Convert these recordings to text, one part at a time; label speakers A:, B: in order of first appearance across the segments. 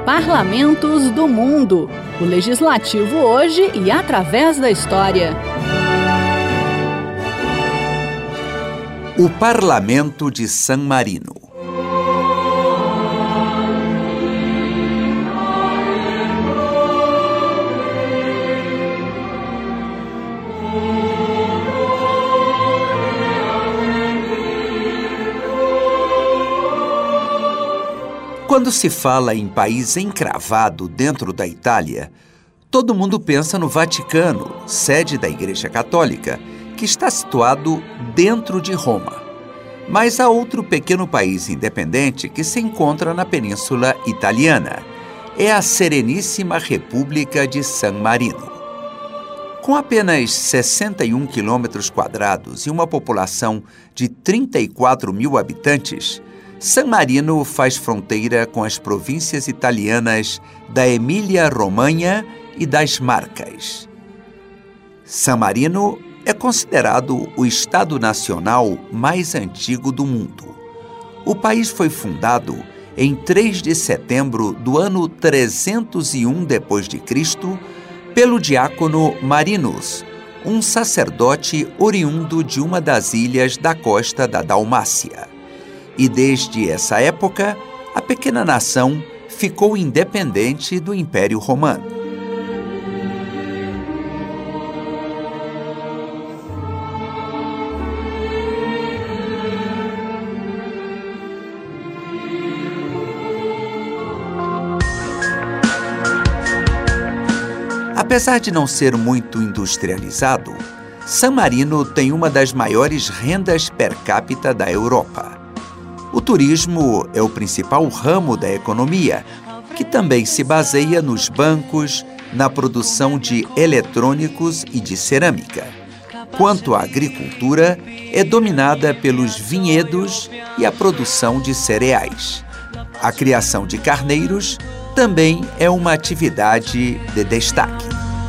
A: Parlamentos do Mundo. O Legislativo hoje e através da história.
B: O Parlamento de San Marino. Quando se fala em país encravado dentro da Itália, todo mundo pensa no Vaticano, sede da Igreja Católica, que está situado dentro de Roma. Mas há outro pequeno país independente que se encontra na Península Italiana. É a Sereníssima República de San Marino. Com apenas 61 quilômetros quadrados e uma população de 34 mil habitantes, San Marino faz fronteira com as províncias italianas da Emília-Romanha e das Marcas. San Marino é considerado o estado nacional mais antigo do mundo. O país foi fundado em 3 de setembro do ano 301 d.C. pelo diácono Marinus, um sacerdote oriundo de uma das ilhas da costa da Dalmácia. E desde essa época, a pequena nação ficou independente do Império Romano. Apesar de não ser muito industrializado, San Marino tem uma das maiores rendas per capita da Europa. O turismo é o principal ramo da economia, que também se baseia nos bancos, na produção de eletrônicos e de cerâmica. Quanto à agricultura, é dominada pelos vinhedos e a produção de cereais. A criação de carneiros também é uma atividade de destaque.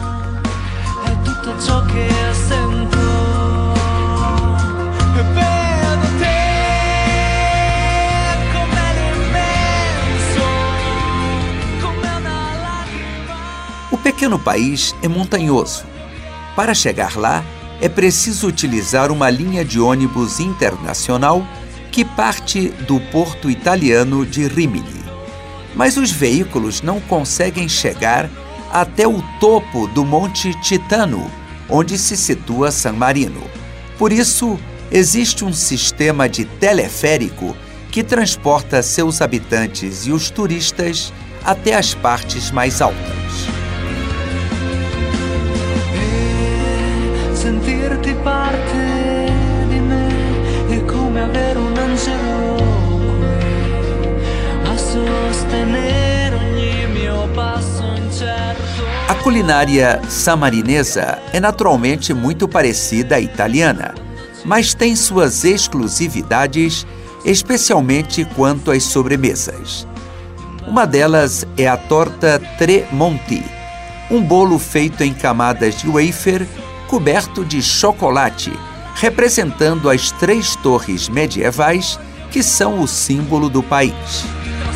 B: O pequeno país é montanhoso. Para chegar lá, é preciso utilizar uma linha de ônibus internacional que parte do porto italiano de Rimini. Mas os veículos não conseguem chegar até o topo do Monte Titano, onde se situa San Marino. Por isso, existe um sistema de teleférico que transporta seus habitantes e os turistas até as partes mais altas.
C: Sentirti parte di me è come avere un angelo qui a sostenere ogni mio passo incerto.
B: A culinária samarinesa é naturalmente muito parecida à italiana, mas tem suas exclusividades, especialmente quanto às sobremesas. Uma delas é a torta Tre Monti, um bolo feito em camadas de wafer coberto de chocolate, representando as 3 torres medievais que são o símbolo do país.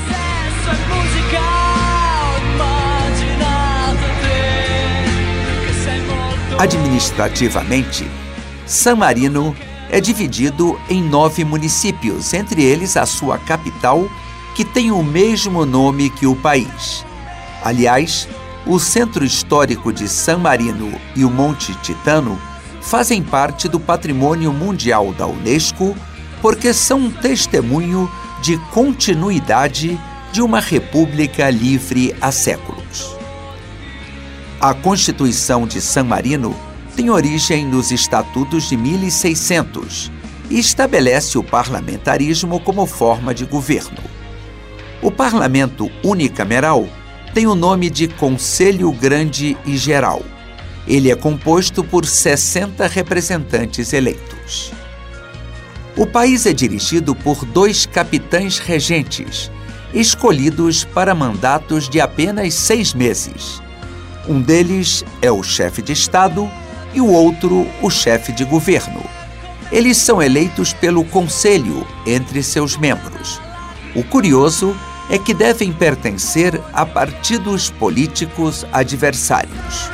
B: Administrativamente, San Marino é dividido em 9 municípios, entre eles a sua capital, que tem o mesmo nome que o país. Aliás, o Centro Histórico de San Marino e o Monte Titano fazem parte do Patrimônio Mundial da Unesco porque são um testemunho de continuidade de uma república livre há séculos. A Constituição de San Marino tem origem nos Estatutos de 1600 e estabelece o parlamentarismo como forma de governo. O Parlamento unicameral tem o nome de Conselho Grande e Geral. Ele é composto por 60 representantes eleitos. O país é dirigido por 2 capitães regentes, escolhidos para mandatos de apenas 6 meses. Um deles é o chefe de Estado e o outro o chefe de governo. Eles são eleitos pelo Conselho entre seus membros. O curioso é que devem pertencer a partidos políticos adversários.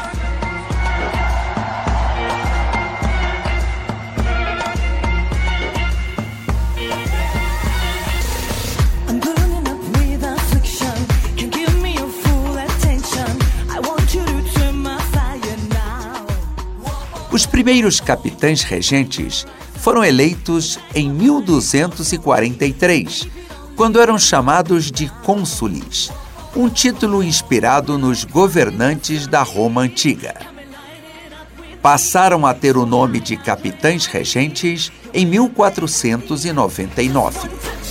B: Os primeiros capitães regentes foram eleitos em 1243, quando eram chamados de cônsules, um título inspirado nos governantes da Roma antiga. Passaram a ter o nome de capitães regentes em 1499.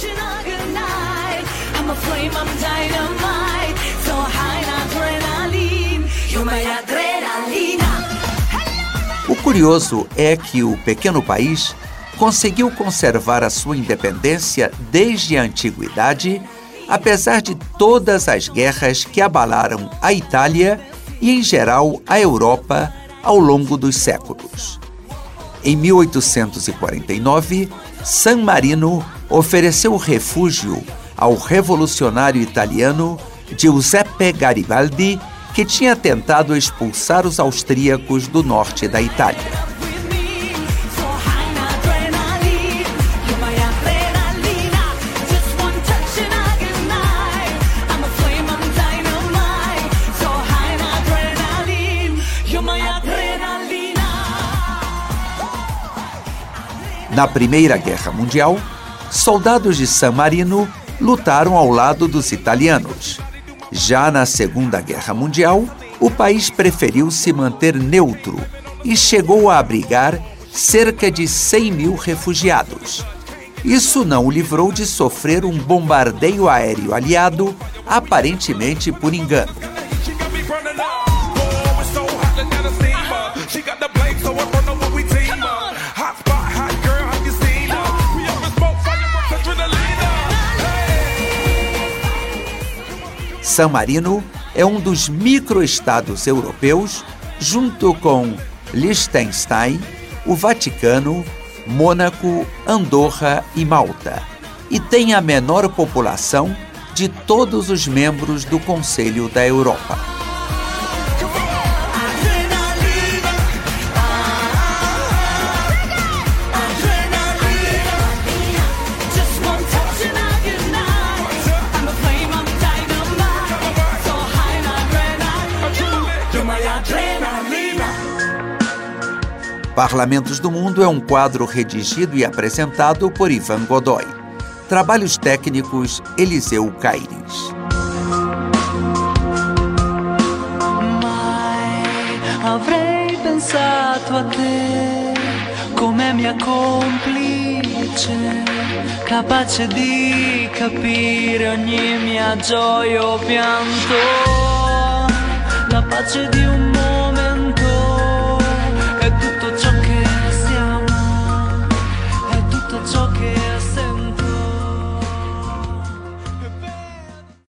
B: O curioso é que o pequeno país conseguiu conservar a sua independência desde a antiguidade, apesar de todas as guerras que abalaram a Itália e, em geral, a Europa ao longo dos séculos. Em 1849, San Marino ofereceu refúgio ao revolucionário italiano Giuseppe Garibaldi, que tinha tentado expulsar os austríacos do norte da Itália. Na Primeira Guerra Mundial, soldados de San Marino lutaram ao lado dos italianos. Já na Segunda Guerra Mundial, o país preferiu se manter neutro e chegou a abrigar cerca de 100 mil refugiados. Isso não o livrou de sofrer um bombardeio aéreo aliado, aparentemente por engano. San Marino é um dos microestados europeus, junto com Liechtenstein, o Vaticano, Mônaco, Andorra e Malta, e tem a menor população de todos os membros do Conselho da Europa. Parlamentos do Mundo é um quadro redigido e apresentado por Ivan Godoy. Trabalhos técnicos, Eliseu Caires.
C: Mai avrei pensato a te come mia complice, capace di capire ogni mia gioia o pianto, la pace di un